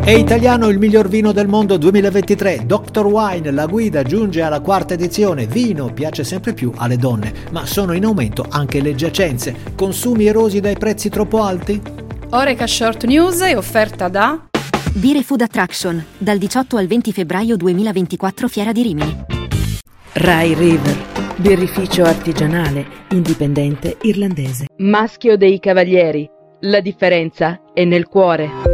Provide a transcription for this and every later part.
È italiano il miglior vino del mondo 2023. Dr. Wine, la guida, giunge alla quarta edizione. Vino piace sempre più alle donne, ma sono in aumento anche le giacenze. Consumi erosi dai prezzi troppo alti? Oreca Short News è offerta da Dire Food Attraction, dal 18 al 20 febbraio 2024 Fiera di Rimini. Rye River, birrificio artigianale, indipendente irlandese. Maschio dei Cavalieri, la differenza è nel cuore.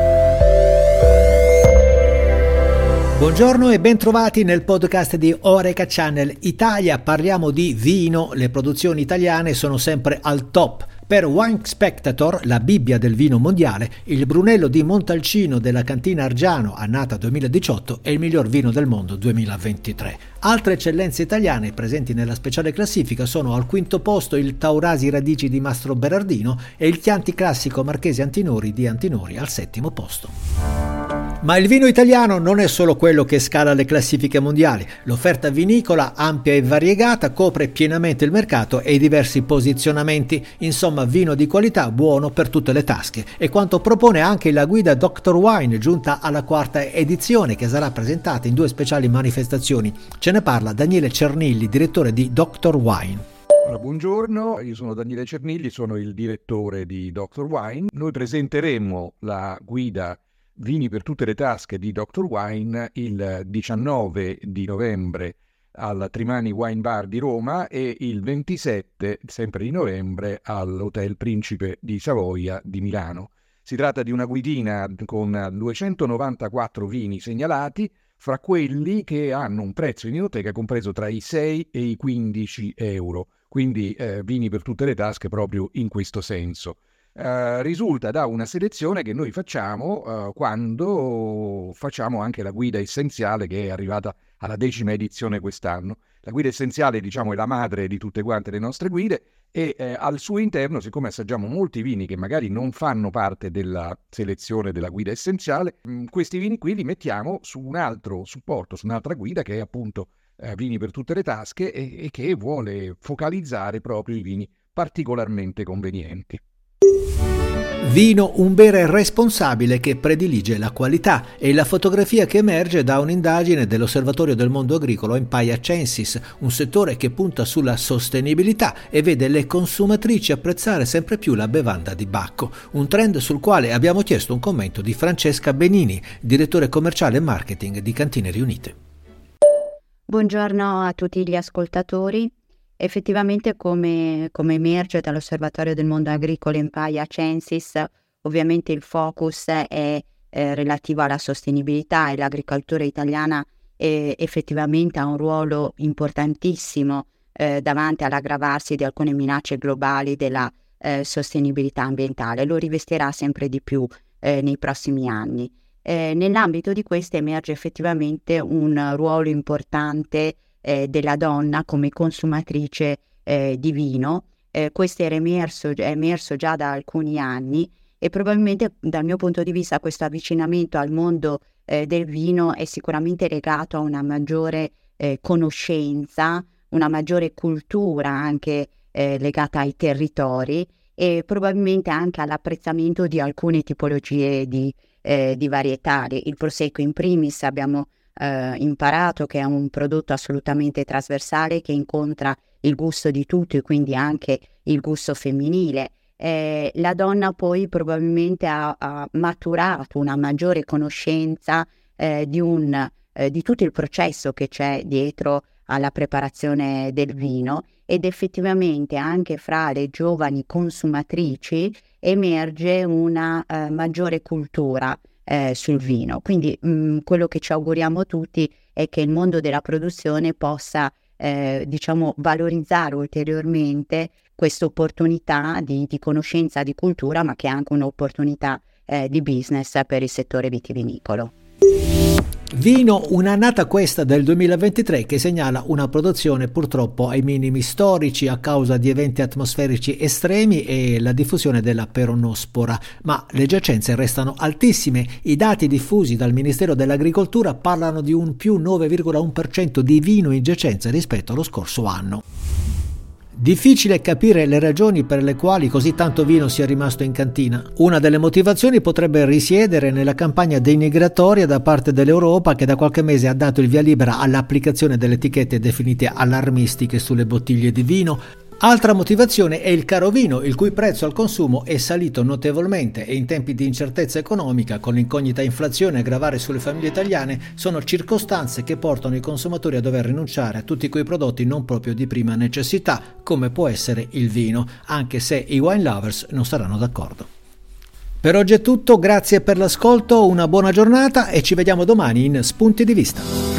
Buongiorno e bentrovati nel podcast di Oreca Channel Italia. Parliamo di vino, le produzioni italiane sono sempre al top. Per Wine Spectator, la Bibbia del vino mondiale, il Brunello di Montalcino della Cantina Argiano, annata 2018, è il miglior vino del mondo 2023. Altre eccellenze italiane presenti nella speciale classifica sono al quinto posto il Taurasi Radici di Mastro Berardino e il Chianti Classico Marchesi Antinori di Antinori al settimo posto. Ma il vino italiano non è solo quello che scala le classifiche mondiali. L'offerta vinicola, ampia e variegata, copre pienamente il mercato e i diversi posizionamenti. Insomma, vino di qualità buono per tutte le tasche. E quanto propone anche la guida Dr. Wine, giunta alla quarta edizione, che sarà presentata in due speciali manifestazioni. Ce ne parla Daniele Cernilli, direttore di Dr. Wine. Buongiorno, io sono Daniele Cernilli, sono il direttore di Dr. Wine. Noi presenteremo la guida Vini per tutte le tasche di Dr. Wine il 19 di novembre al Trimani Wine Bar di Roma e il 27, sempre di novembre, all'Hotel Principe di Savoia di Milano. Si tratta di una guidina con 294 vini segnalati, fra quelli che hanno un prezzo in enoteca compreso tra i 6 e i 15 euro, quindi vini per tutte le tasche proprio in questo senso. Risulta da una selezione che noi facciamo quando facciamo anche la guida essenziale, che è arrivata alla 10ª edizione quest'anno. La guida essenziale, diciamo, è la madre di tutte quante le nostre guide e al suo interno, siccome assaggiamo molti vini che magari non fanno parte della selezione della guida essenziale, questi vini qui li mettiamo su un altro supporto, su un'altra guida che è appunto Vini per tutte le tasche e che vuole focalizzare proprio i vini particolarmente convenienti. Vino un bere responsabile che predilige la qualità è la fotografia che emerge da un'indagine dell'Osservatorio del Mondo Agricolo Empaya Censis, un settore che punta sulla sostenibilità e vede le consumatrici apprezzare sempre più la bevanda di Bacco, un trend sul quale abbiamo chiesto un commento di Francesca Benini, direttore commerciale e marketing di Cantine Riunite. Buongiorno a tutti gli ascoltatori. Effettivamente, come emerge dall'Osservatorio del Mondo Agricolo Empaya Censis, ovviamente il focus è relativo alla sostenibilità e l'agricoltura italiana effettivamente ha un ruolo importantissimo davanti all'aggravarsi di alcune minacce globali della sostenibilità ambientale. Lo rivestirà sempre di più nei prossimi anni. Nell'ambito di questo emerge effettivamente un ruolo importante della donna come consumatrice di vino. Questo è emerso già da alcuni anni e probabilmente dal mio punto di vista questo avvicinamento al mondo del vino è sicuramente legato a una maggiore conoscenza, una maggiore cultura anche legata ai territori e probabilmente anche all'apprezzamento di alcune tipologie di varietali. Il Prosecco in primis abbiamo imparato che è un prodotto assolutamente trasversale che incontra il gusto di tutti, quindi anche il gusto femminile. La donna poi probabilmente ha maturato una maggiore conoscenza di tutto il processo che c'è dietro alla preparazione del vino ed effettivamente anche fra le giovani consumatrici emerge una maggiore cultura sul vino. Quindi quello che ci auguriamo tutti è che il mondo della produzione possa valorizzare ulteriormente questa opportunità di conoscenza, di cultura, ma che è anche un'opportunità di business per il settore vitivinicolo. Vino, un'annata questa del 2023 che segnala una produzione purtroppo ai minimi storici a causa di eventi atmosferici estremi e la diffusione della peronospora, ma le giacenze restano altissime. I dati diffusi dal Ministero dell'Agricoltura parlano di un più 9,1% di vino in giacenza rispetto allo scorso anno. Difficile capire le ragioni per le quali così tanto vino sia rimasto in cantina. Una delle motivazioni potrebbe risiedere nella campagna denigratoria da parte dell'Europa, che da qualche mese ha dato il via libera all'applicazione delle etichette definite allarmistiche sulle bottiglie di vino. Altra motivazione è il caro vino, il cui prezzo al consumo è salito notevolmente e in tempi di incertezza economica, con l'incognita inflazione a gravare sulle famiglie italiane, sono circostanze che portano i consumatori a dover rinunciare a tutti quei prodotti non proprio di prima necessità, come può essere il vino, anche se i wine lovers non saranno d'accordo. Per oggi è tutto, grazie per l'ascolto, una buona giornata e ci vediamo domani in Spunti di Vista.